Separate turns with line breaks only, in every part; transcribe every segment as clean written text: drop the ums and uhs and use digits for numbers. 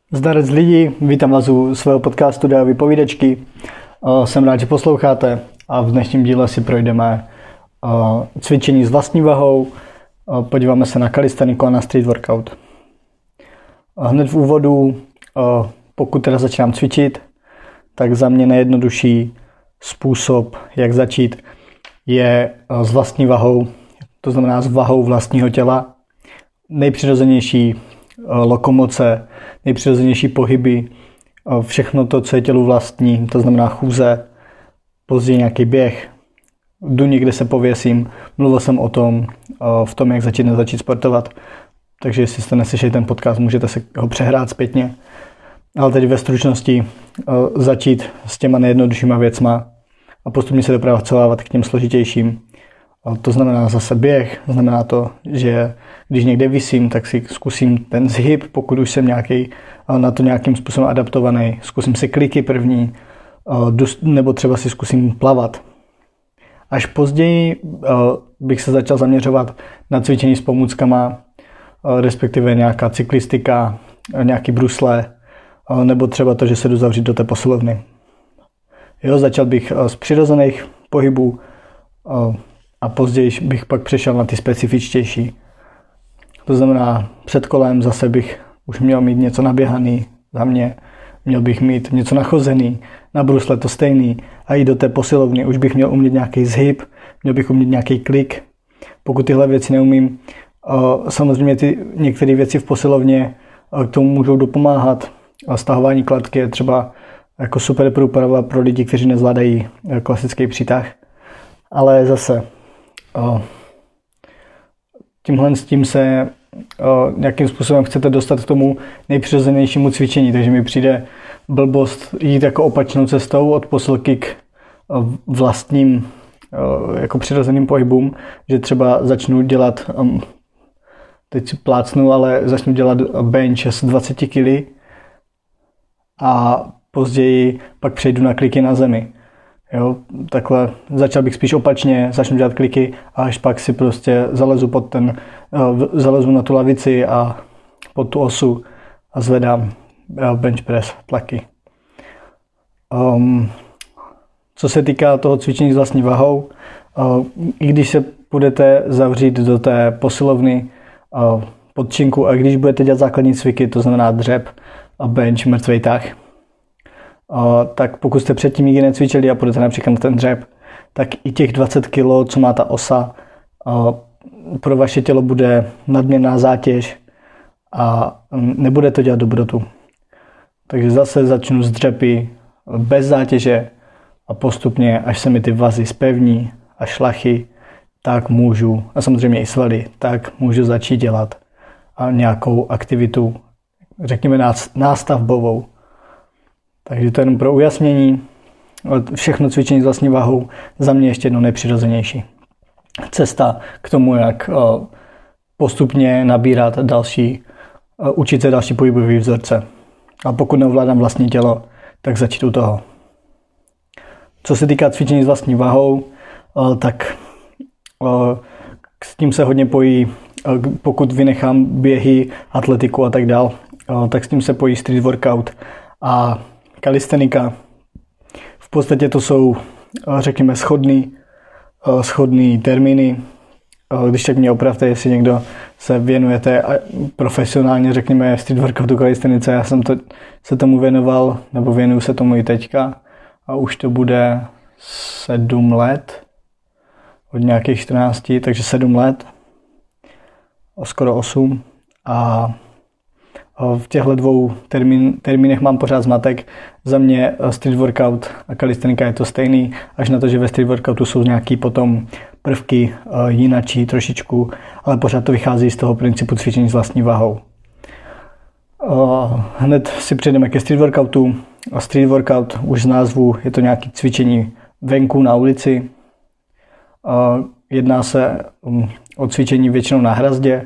Zdarec lidi, vítám vás u svého podcastu Dea vypovídačky. Jsem rád, že posloucháte a v dnešním díle si projdeme cvičení s vlastní vahou, podíváme se na kalisteniku a na street workout. Hned v úvodu, pokud teda začínám cvičit, tak za mě nejjednodušší způsob, jak začít, je s vlastní vahou, to znamená s vahou vlastního těla. Nejpřirozenější lokomoce, nejpřirozenější pohyby, všechno to, co je tělu vlastní, to znamená chůze, později nějaký běh, jdu někde se pověsím, mluvil jsem o tom, v tom, jak začít nezačít sportovat, takže jestli jste neslyšeli ten podcast, můžete se ho přehrát zpětně, ale teď ve stručnosti začít s těma nejjednoduššíma věcma a postupně se dopracovávat k těm složitějším. To znamená zase běh, znamená to, že když někde visím, tak si zkusím ten zhyb, pokud už jsem na to nějakým způsobem adaptovaný. Zkusím si kliky první, nebo třeba si zkusím plavat. Až později bych se začal zaměřovat na cvičení s pomůckama, respektive nějaká cyklistika, nějaký brusle, nebo třeba to, že se jdu zavřít do té posilovny. Začal bych z přirozených pohybů, a později bych pak přešel na ty specifičtější. To znamená, před kolem zase bych už měl mít něco naběhaný za mě, měl bych mít něco nachozený, na brusle to stejný a i do té posilovny už bych měl umět nějaký zhyb, měl bych umět nějaký klik. Pokud tyhle věci neumím, samozřejmě některé věci v posilovně k tomu můžou dopomáhat. Stahování kladky je třeba jako super průprava pro lidi, kteří nezvládají klasický přítah. Ale zase tímhle s tím se nějakým způsobem chcete dostat k tomu nejpřirozenějšímu cvičení, takže mi přijde blbost jít jako opačnou cestou od posilky k vlastním jako přirozeným pohybům, že třeba začnu dělat, teď si plácnu, ale začnu dělat bench s 20 kg a později pak přejdu na kliky na zemi. Takhle začal bych spíš opačně, začnu dělat kliky a až pak si prostě zalezu na tu lavici a pod tu osu a zvedám bench press, tlaky. Co se týká toho cvičení s vlastní vahou, i když se budete zavřít do té posilovny pod činku a když budete dělat základní cviky, to znamená dřep a bench, mrtvej tah, tak pokud jste předtím nikdy necvičili a půjdete například na ten dřep, tak i těch 20 kg, co má ta osa, pro vaše tělo bude nadměrná zátěž a nebude to dělat dobrotu. Takže zase začnu s dřepy bez zátěže a postupně, až se mi ty vazy zpevní a šlachy, tak můžu, a samozřejmě i svaly, tak můžu začít dělat nějakou aktivitu, řekněme nástavbovou. Takže to je jenom pro ujasnění. Všechno cvičení s vlastní vahou za mě ještě jednou nejpřirozenější. Cesta k tomu, jak postupně nabírat učit se další pohybové vzorce. A pokud neovládám vlastní tělo, tak začít u toho. Co se týká cvičení s vlastní vahou, tak s tím se hodně pojí, pokud vynechám běhy, atletiku a tak dál, tak s tím se pojí street workout a kalistenika. V podstatě to jsou, řekněme, shodný termíny. Když tak mě opravte, jestli někdo se věnujete profesionálně, řekněme, street workoutu, kalistenice. Já jsem se tomu věnoval, nebo věnuju se tomu i teďka. A už to bude 7 let, od nějakých 14, takže 7 let, skoro 8. A v těchto dvou termínech mám pořád zmatek. Za mě street workout a kalistenika je to stejný, až na to, že ve street workoutu jsou nějaký potom prvky jinačí trošičku, ale pořád to vychází z toho principu cvičení s vlastní vahou. Hned si přejdeme ke street workoutu. Street workout už z názvu je to nějaké cvičení venku na ulici. Jedná se o cvičení většinou na hrazdě,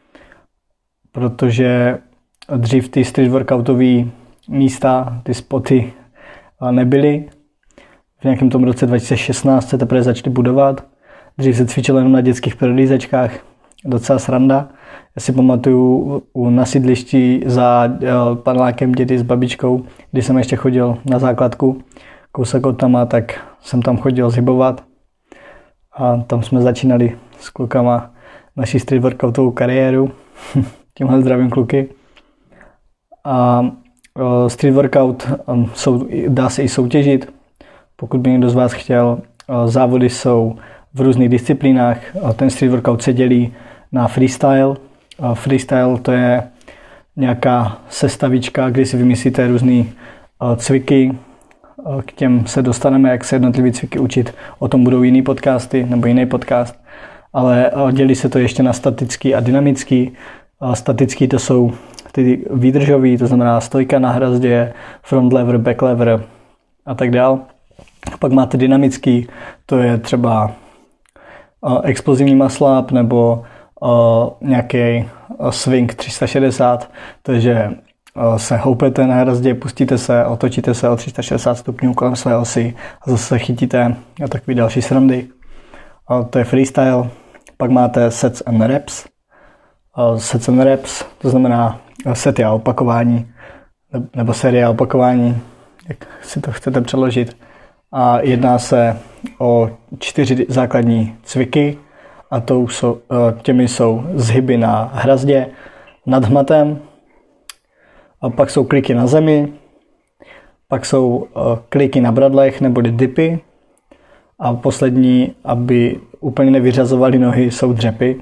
protože dřív ty street workoutové místa, ty spoty nebyly. V nějakém tom roce 2016 se teprve začaly budovat. Dřív se cvičilo jenom na dětských prolízačkách docela sranda. Já si pamatuju na sídlišti za panelákem dědy s babičkou, když jsem ještě chodil na základku kousek od tam, tak jsem tam chodil zhybovat. A tam jsme začínali s klukama naši street workoutovou kariéru. Tímhle zdravím kluky. A street workout dá se i soutěžit. Pokud by někdo z vás chtěl, závody jsou v různých disciplínách. Ten street workout se dělí na freestyle. Freestyle to je nějaká sestavička, kdy si vymyslíte různé cviky. K těm se dostaneme, jak se jednotlivý cviky učit. O tom budou jiný podcasty nebo jiný podcast. Ale dělí se to ještě na statický a dynamický. Statický to jsou ty výdržový, to znamená stojka na hrazdě, front lever, back lever a tak dál. Pak máte dynamický, to je třeba explozivní muscle up nebo nějaký swing 360, takže se houpete na hrazdě, pustíte se, otočíte se o 360 stupňů kolem své osy a zase se chytíte a takový další srandy. To je freestyle. Pak máte sets and reps. Sets and reps, to znamená sety a opakování, nebo série a opakování, jak si to chcete přeložit. A jedná se o 4 základní cviky a těmi jsou zhyby na hrazdě nad hmatem, a pak jsou kliky na zemi, pak jsou kliky na bradlech nebo dipy a poslední, aby úplně nevyřazovaly nohy, jsou dřepy.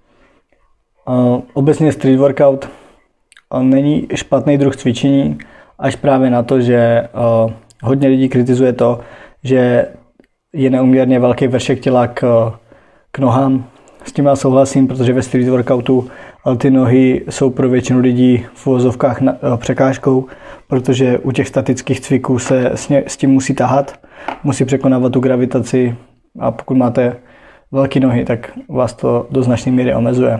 Obecně street workout není špatný druh cvičení, až právě na to, že hodně lidí kritizuje to, že je neúměrně velký vršek těla k nohám. S tím já souhlasím, protože ve street workoutu ty nohy jsou pro většinu lidí v uvozovkách překážkou, protože u těch statických cviků se s tím musí tahat, musí překonávat tu gravitaci a pokud máte velké nohy, tak vás to do značné míry omezuje.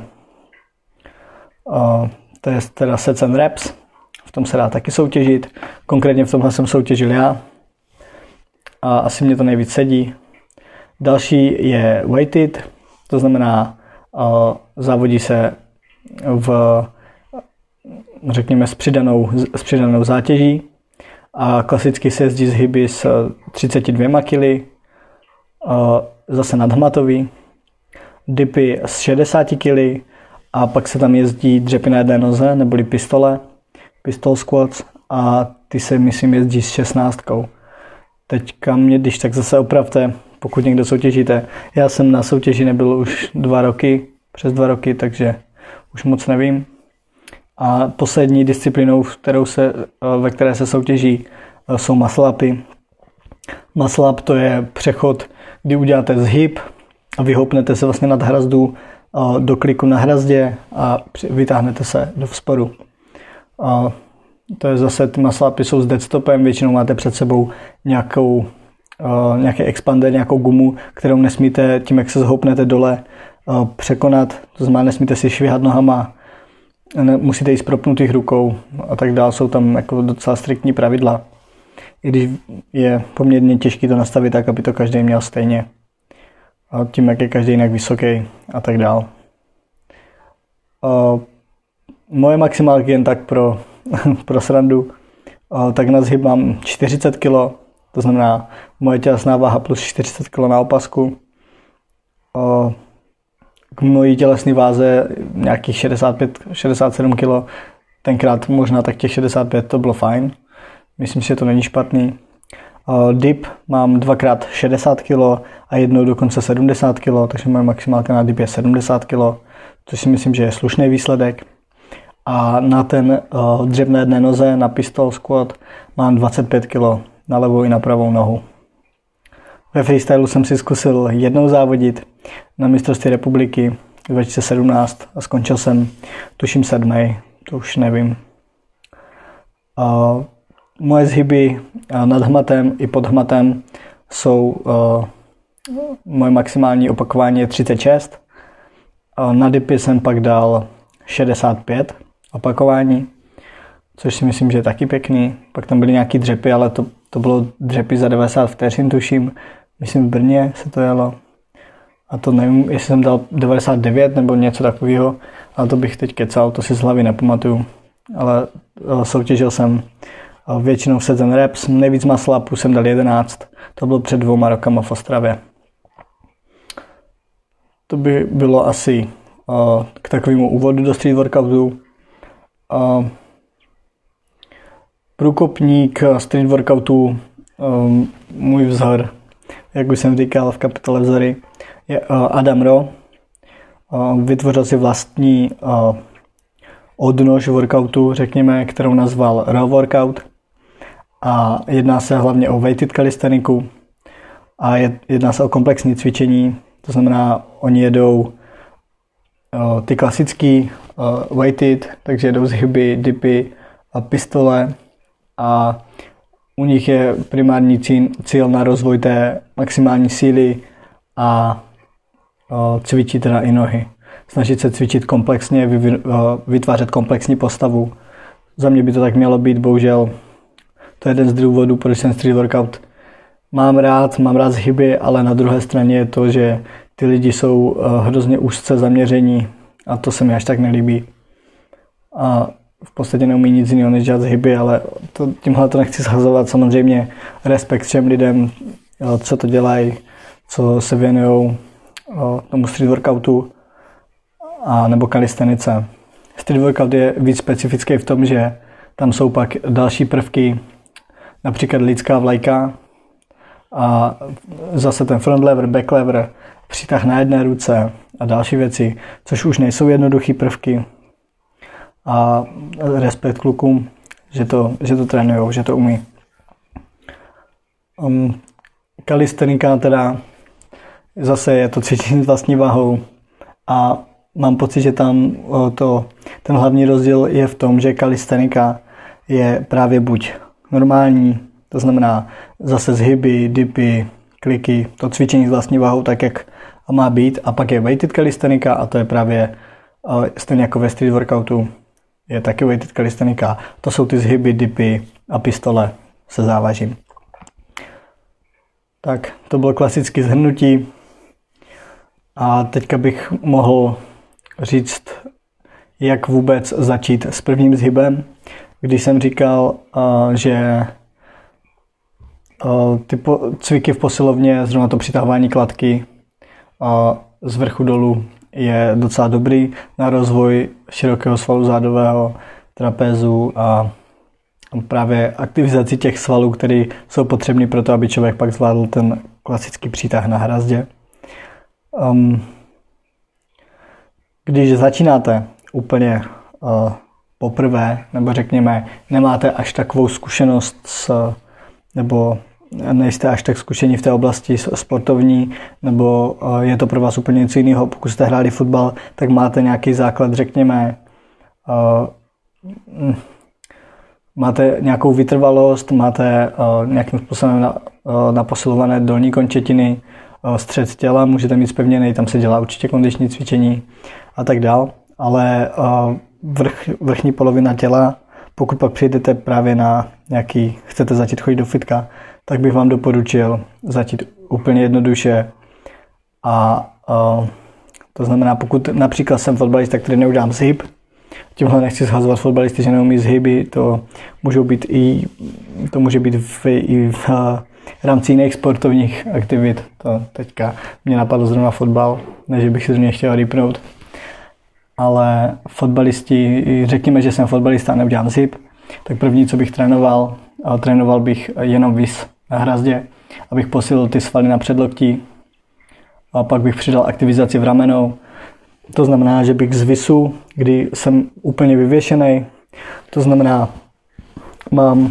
To je teda sets and reps, v tom se dá taky soutěžit, konkrétně v tomhle jsem soutěžil já a asi mě to nejvíc sedí. Další je weighted, to znamená závodí se řekněme s přidanou zátěží a klasicky se jezdí zhyby s 32 kg, zase nadhmatový, dipy s 60 kg a pak se tam jezdí dřepy na jedné noze neboli pistol squats a ty se myslím jezdí s 16. Teďka mě když tak zase opravte, pokud někdo soutěžíte. Já jsem na soutěži nebyl už 2 roky, přes 2 roky, takže už moc nevím. A poslední disciplínou, ve které se soutěží, jsou muscle upy. Muscle up to je přechod, kdy uděláte zhyb a vyhoupnete se vlastně nad hrazdu do kliku na hrazdě a vytáhnete se do vzporu. To je zase, ty muscle upy jsou s deadstopem, většinou máte před sebou nějaký expander, nějakou gumu, kterou nesmíte tím, jak se zhoupnete dole, překonat, to znamená, nesmíte si švihat nohama, musíte jít s propnutých rukou a tak dále, jsou tam jako docela striktní pravidla. I když je poměrně těžké to nastavit tak, aby to každý měl stejně. A tím, jak je každý jinak vysoký a tak dále. Moje maximálky jen tak pro srandu, tak na zhyb mám 40 kg, to znamená moje tělesná váha plus 40 kg na opasku. K mojí tělesné váze nějakých 65-67 kg, tenkrát možná tak těch 65, to bylo fajn. Myslím si, že to není špatný. Dip mám 2x 60 kg a jednou dokonce 70 kg, takže moje maximálka na dip je 70 kg, což si myslím, že je slušný výsledek. A na ten dřep na jedné noze, na pistol squat, mám 25 kg na levou i na pravou nohu. Ve freestylu jsem si zkusil jednou závodit na mistrovství republiky 2017 a skončil jsem, tuším 7. To už nevím. Moje zhyby nad hmatem i pod hmatem jsou, moje maximální opakování je 36. Na dipy jsem pak dal 65 opakování, což si myslím, že je taky pěkný. Pak tam byly nějaký dřepy, ale to bylo dřepy za 90 vteřin, tuším. Myslím v Brně se to jelo. A to nevím, jestli jsem dal 99 nebo něco takového, ale to bych teď kecal, to si z hlavy nepamatuju. Ale soutěžil jsem většinou set and reps, nejvíc muscle upů jsem dal 11, to bylo před 2 rokama v Ostravě. To by bylo asi k takovému úvodu do street workoutu. Průkopník street workoutu, můj vzor, jak už jsem říkal v kapitole vzory, je Adam Rowe. Vytvořil si vlastní odnož workoutu, řekněme, kterou nazval Rowe Workout. A jedná se hlavně o weighted kalisteniku a jedná se o komplexní cvičení. To znamená, oni jedou ty klasický weighted, takže jedou zhyby, dipy a pistole a u nich je primární cíl na rozvoj té maximální síly a cvičit teda i nohy. Snažit se cvičit komplexně, vytvářet komplexní postavu. Za mě by to tak mělo být, bohužel to je jeden z důvodů, proč jsem street workout mám rád zhyby, ale na druhé straně je to, že ty lidi jsou hrozně úzce zaměření a to se mi až tak nelíbí. A v podstatě neumí nic jiného než dělat zhyby, ale tímhle to nechci shazovat. Samozřejmě respekt všem lidem, co to dělají, co se věnují tomu street workoutu a nebo kalistenice. Street workout je víc specifický v tom, že tam jsou pak další prvky, například lidská vlajka a zase ten front lever, back lever, přítah na jedné ruce a další věci, což už nejsou jednoduché prvky. A respekt klukům, že to trénujou, že to umí. Kalistenika teda zase je to cvičení s vlastní váhou a mám pocit, že tam ten hlavní rozdíl je v tom, že kalistenika je právě buď normální, to znamená zase zhyby, dipy, kliky, to cvičení s vlastní váhou tak, jak má být, a pak je weighted kalistenika a to je právě stejně jako ve street workoutu je taky weighted kalistenika. To jsou ty zhyby, dipy a pistole se závažím. Tak, to bylo klasické shrnutí a teďka bych mohl říct, jak vůbec začít s prvním zhybem. Když jsem říkal, že ty cviky v posilovně, zrovna to přitahování kladky z vrchu dolů je docela dobrý na rozvoj širokého svalu zádového, trapezu a právě aktivizaci těch svalů, které jsou potřebné pro to, aby člověk pak zvládl ten klasický přítah na hrazdě. Když začínáte úplně poprvé, nebo řekněme, nemáte až takovou zkušenost nebo nejste až tak zkušení v té oblasti sportovní, nebo je to pro vás úplně něco jiného. Pokud jste hráli fotbal, tak máte nějaký základ, řekněme, máte nějakou vytrvalost, máte nějakým způsobem naposilované dolní končetiny, střed těla, můžete mít zpevněný, tam se dělá určitě kondiční cvičení a tak dál, ale vrchní polovina těla, pokud pak přijdete právě na nějaký, chcete začít chodit do fitka, tak bych vám doporučil začít úplně jednoduše a to znamená, pokud například jsem fotbalista, který neudělám zhyb, tímhle nechci shazovat fotbalisty, že neumí zhyby, to může být i v rámci jiných sportovních aktivit. To teďka mě napadlo zrovna fotbal, ne, že bych si z něj chtěl rýpnout. Ale fotbalisti, řekněme, že jsem fotbalista a neudělám zhyb, tak první, co bych trénoval bych jenom vis na hrazdě, abych posílil ty svaly na předloktí a pak bych přidal aktivizaci v ramenou. To znamená, že bych z visu, kdy jsem úplně vyvěšený, to znamená, mám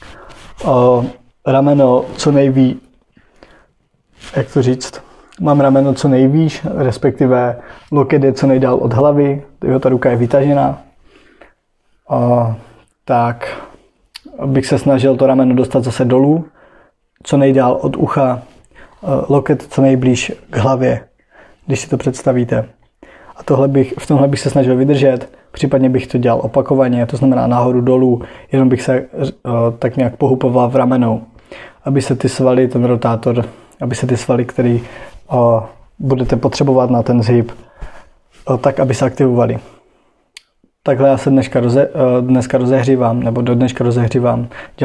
rameno co nejvíc, jak to říct, mám rameno co nejvýš, respektive loket je co nejdál od hlavy, ta ruka je vytažená, tak bych se snažil to rameno dostat zase dolů, co nejdál od ucha, loket co nejblíž k hlavě, když si to představíte. A v tomhle bych se snažil vydržet, případně bych to dělal opakovaně, to znamená nahoru dolů, jenom bych se tak nějak pohupoval v ramenou, aby se ty svaly, ten rotátor, aby se ty svaly, které budete potřebovat na ten zhyb, tak aby se aktivovali. Takhle já se dneska rozehřívám, nebo do dneška rozehřívám.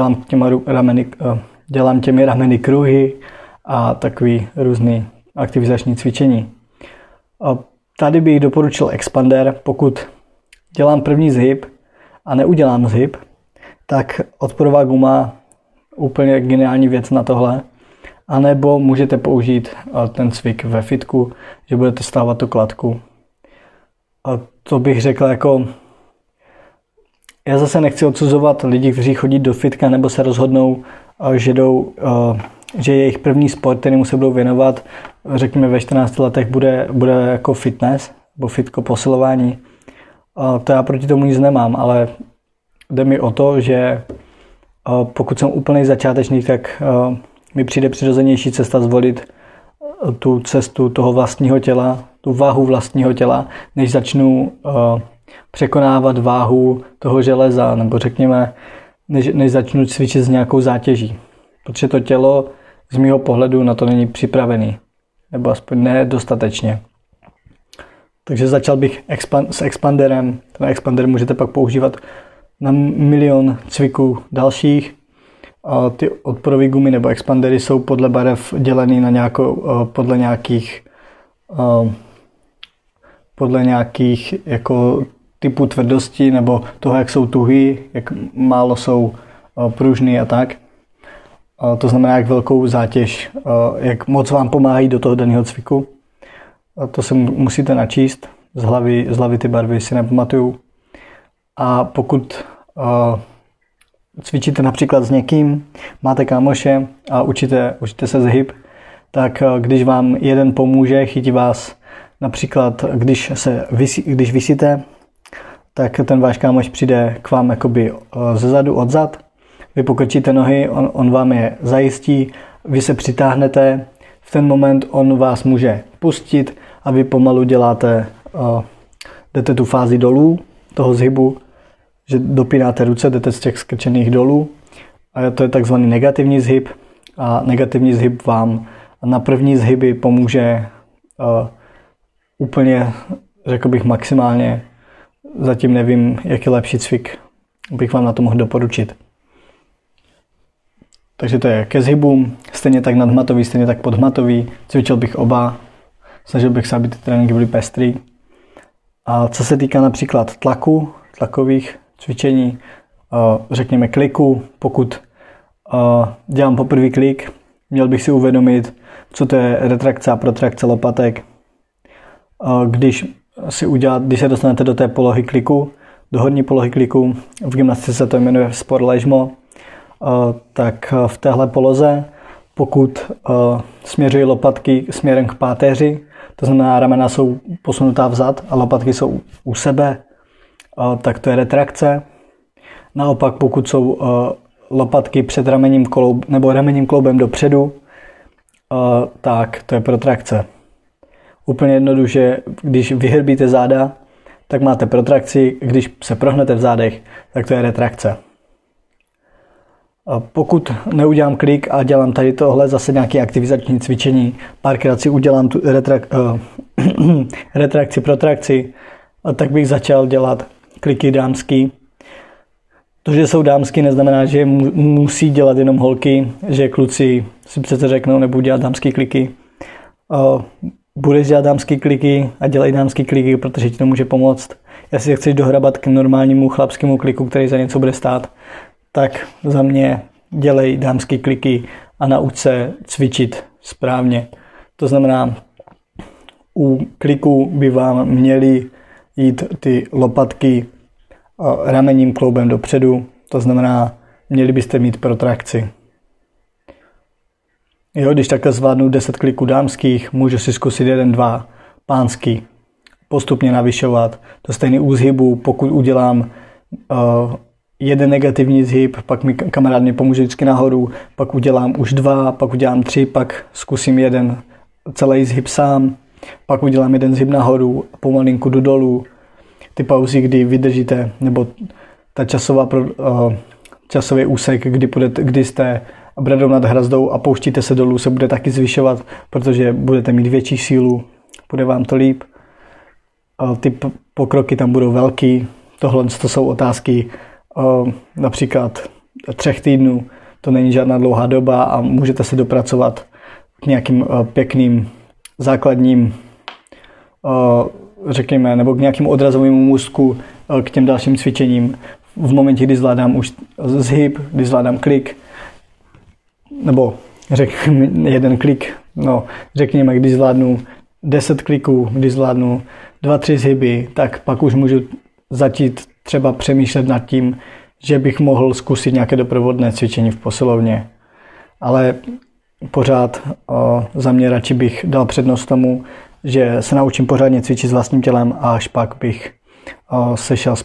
Dělám těmi rameny kruhy a takový různý aktivizační cvičení. Tady bych doporučil expander. Pokud dělám první zhyb a neudělám zhyb, tak odporová guma, úplně geniální věc na tohle. A nebo můžete použít ten cvik ve fitku, že budete stávat tu kladku. A to bych řekl jako... Já zase nechci odsuzovat lidi, kteří chodí do fitka nebo se rozhodnou, že jejich první sport, kterému se budou věnovat, řekněme ve 14 letech, bude jako fitness, nebo fitko posilování. To já proti tomu nic nemám, ale jde mi o to, že pokud jsem úplný začátečník, tak mi přijde přirozenější cesta zvolit tu cestu toho vlastního těla, tu váhu vlastního těla, než začnu překonávat váhu toho železa, nebo řekněme, než začnu cvičit s nějakou zátěží. Protože to tělo z mého pohledu na to není připravený, nebo aspoň ne dostatečně. Takže začal bych s expanderem. Ten expander můžete pak používat na milion cviků dalších. Ty odporové gumy nebo expandery jsou podle barev dělený na podle nějakých jako typu tvrdosti nebo toho, jak jsou tuhý, jak málo jsou pružný a tak. To znamená, jak velkou zátěž, jak moc vám pomáhají do toho daného cviku. To se musíte načíst, z hlavy ty barvy si nepamatuju. A pokud cvičíte například s někým, máte kámoše a učíte se zhyb, tak když vám jeden pomůže, chytí vás například, když visíte, tak ten váš kámoš přijde k vám jakoby zezadu, odzad, vy pokrčíte nohy, on vám je zajistí, vy se přitáhnete, v ten moment on vás může pustit a vy pomalu jdete tu fázi dolů, toho zhybu, že dopínáte ruce, jdete z těch skrčených dolů a to je takzvaný negativní zhyb a negativní zhyb vám na první zhyby pomůže úplně, řekl bych maximálně, zatím nevím, jaký lepší cvik bych vám na to mohl doporučit. Takže to je ke zhybům, stejně tak nadhmatový, stejně tak podhmatový, cvičil bych oba, snažil bych se, aby ty tréninky byly pestrý. A co se týká například tlakových cvičení, řekněme kliku, pokud dělám poprvý klik, měl bych si uvědomit, co to je retrakce a protrakce lopatek. Když se dostanete do té polohy kliku, do horní polohy kliku, v gymnastice se to jmenuje spor ležmo, tak v téhle poloze, pokud směřují lopatky směrem k páteři, to znamená ramena jsou posunutá vzad a lopatky jsou u sebe, tak to je retrakce. Naopak, pokud jsou lopatky před ramenním nebo ramenním kloubem dopředu, tak to je protrakce. Úplně jednoduše, když vyhrbíte záda, tak máte protrakci, když se prohnete v zádech, tak to je retrakce. Pokud neudělám klik a dělám tady tohle zase nějaké aktivizační cvičení, párkrát si udělám tu retrakci, protrakci, tak bych začal dělat kliky dámský. To, že jsou dámský, neznamená, že musí dělat jenom holky, že kluci si přece řeknou, nebudu dělat dámský kliky. Budeš dělat dámský kliky a dělej dámský kliky, protože ti to může pomoct. Jestli se chceš dohrabat k normálnímu chlapskému kliku, který za něco bude stát, tak za mě dělej dámský kliky a nauč se cvičit správně. To znamená, u kliku by vám měly jít ty lopatky ramenním kloubem dopředu, to znamená, měli byste mít protrakci. Když takhle zvládnu 10 kliků dámských, můžu si zkusit 1, 2 pánský, postupně navyšovat. To stejný u zhybu, pokud udělám jeden negativní zhyb, pak mi kamarád mě pomůže vždycky nahoru, pak udělám už 2, pak udělám 3, pak zkusím jeden celý zhyb sám, pak udělám jeden zhyb nahoru, pomalinku jdu dolů. Ty pauzy, kdy vydržíte, nebo ta časový úsek, kdy jste bradou nad hrazdou a pouštíte se dolů, se bude taky zvyšovat, protože budete mít větší sílu, bude vám to líp. Ty pokroky tam budou velký. Tohle to jsou otázky například 3 týdnů. To není žádná dlouhá doba a můžete se dopracovat k nějakým pěkným základním, řekněme, nebo k nějakému odrazovému můstku, k těm dalším cvičením. V momentě, kdy zvládám už zhyb, kdy zvládám klik, nebo jeden klik, řekněme, když zvládnu 10 kliků, když zvládnu 2-3 zhyby, tak pak už můžu začít třeba přemýšlet nad tím, že bych mohl zkusit nějaké doprovodné cvičení v posilovně. Ale pořád za mě radši bych dal přednost tomu, že se naučím pořádně cvičit s vlastním tělem a až pak bych se šel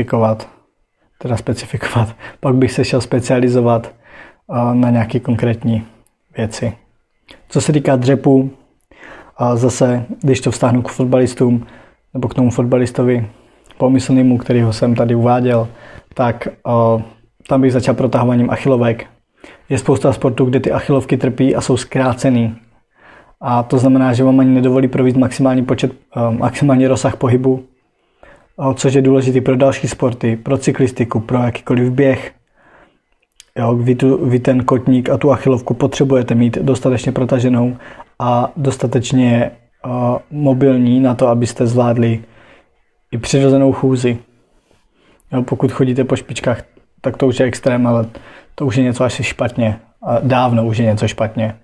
pak bych se šel specializovat na nějaké konkrétní věci. Co se týká dřepu, zase, když to vztáhnu k fotbalistům, nebo k tomu fotbalistovi pomyslnému, kterýho jsem tady uváděl, tak tam bych začal protahováním achilovek. Je spousta sportů, kde ty achilovky trpí a jsou zkrácený. A to znamená, že vám ani nedovolí provést maximální rozsah pohybu, což je důležité pro další sporty, pro cyklistiku, pro jakýkoliv běh. Jo, vy ten kotník a tu achilovku potřebujete mít dostatečně protaženou a dostatečně mobilní na to, abyste zvládli i přirozenou chůzi. Jo, pokud chodíte po špičkách, tak to už je extrém, ale to už je něco asi špatně. A dávno už je něco špatně.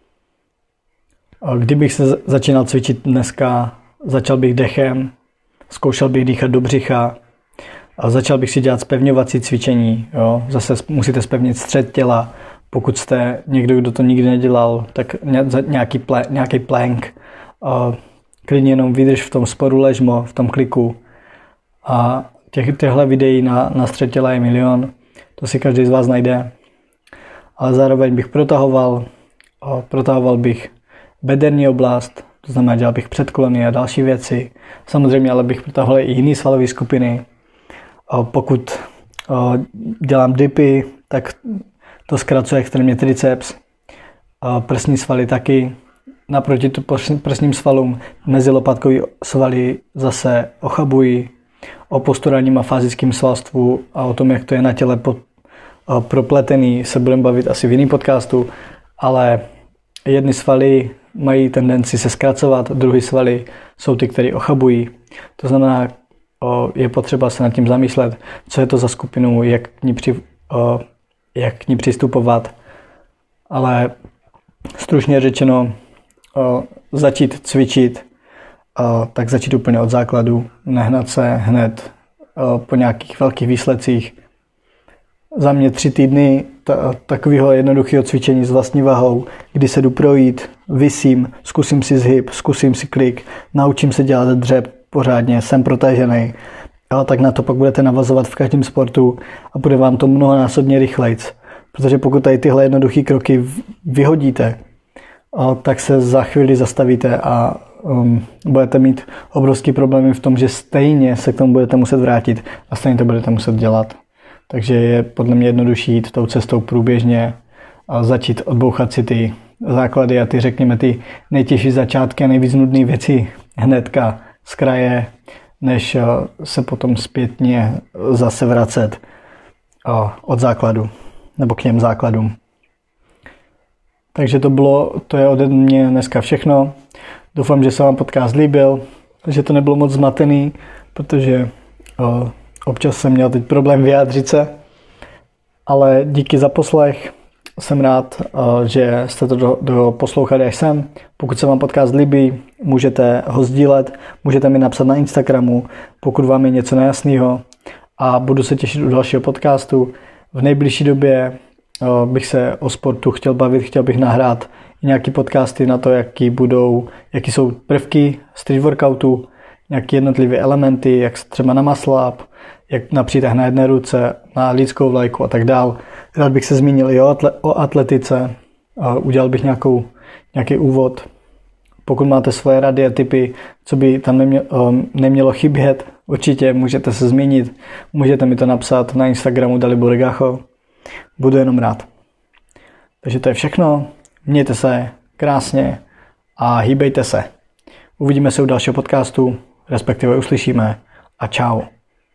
Kdybych se začínal cvičit dneska, začal bych dechem, zkoušel bych dýchat do břicha, a začal bych si dělat zpevňovací cvičení. Jo. Zase musíte zpevnit střed těla. Pokud jste někdo, kdo to nikdy nedělal, tak nějaký plank. Klidně jenom vydrž v tom sporu ležmo, v tom kliku. A těchto videí na střed těla je milion. To si každý z vás najde. Ale zároveň bych protahoval bych bederní oblast, to znamená, dělal bych předklony a další věci. Samozřejmě ale bych protahoval i jiné svalové skupiny. Pokud dělám dipy, tak to zkracuje extrémně triceps. Prsní svaly taky. Naproti prsním svalům mezilopátkové svaly zase ochabují. O posturálním a fyzickém svalstvu a o tom, jak to je na těle propletený, se budeme bavit asi v jiném podcastu, ale jedny svaly mají tendenci se zkracovat, druhé svaly jsou ty, které ochabují. To znamená, je potřeba se nad tím zamyslet, co je to za skupinu, jak k ní přistupovat. Ale stručně řečeno, začít cvičit, tak začít úplně od základu, nehnat se hned po nějakých velkých výsledcích. Za mě 3 týdny takového jednoduchého cvičení s vlastní vahou, kdy se jdu projít, visím, zkusím si zhyb, zkusím si klik, naučím se dělat dřep pořádně, jsem protažený. Tak na to pak budete navazovat v každém sportu a bude vám to mnohonásobně rychlejc. Protože pokud tady tyhle jednoduché kroky vyhodíte, tak se za chvíli zastavíte a budete mít obrovský problémy v tom, že stejně se k tomu budete muset vrátit a stejně to budete muset dělat. Takže je podle mě jednodušší jít tou cestou průběžně a začít odbouchat si ty základy a řekněme ty nejtěžší začátky a nejvíc nudné věci hnedka z kraje, než se potom zpětně zase vracet od základu nebo k těm základům. Takže to je ode mě dneska všechno. Doufám, že se vám podcast líbil, že to nebylo moc zmatený, protože občas jsem měl teď problém vyjádřit se, ale díky za poslech. Jsem rád, že jste to poslouchali až sem. Pokud se vám podcast líbí, můžete ho sdílet, můžete mi napsat na Instagramu, pokud vám je něco nejasného, a budu se těšit u dalšího podcastu. V nejbližší době bych se o sportu chtěl bavit, chtěl bych nahrát nějaký podcasty na to, jaký jsou prvky street workoutu, nějaké jednotlivé elementy, jak třeba na muscle up, jak na přítah na jedné ruce, na lidskou vlajku a tak dál. Rád bych se zmínil i o atletice, udělal bych nějaký úvod. Pokud máte svoje rady a tipy, co by tam nemělo chybět, určitě můžete se zmínit, můžete mi to napsat na Instagramu Dalibor Gacho. Budu jenom rád. Takže to je všechno. Mějte se krásně a hýbejte se. Uvidíme se u dalšího podcastu, respektive uslyšíme a čau.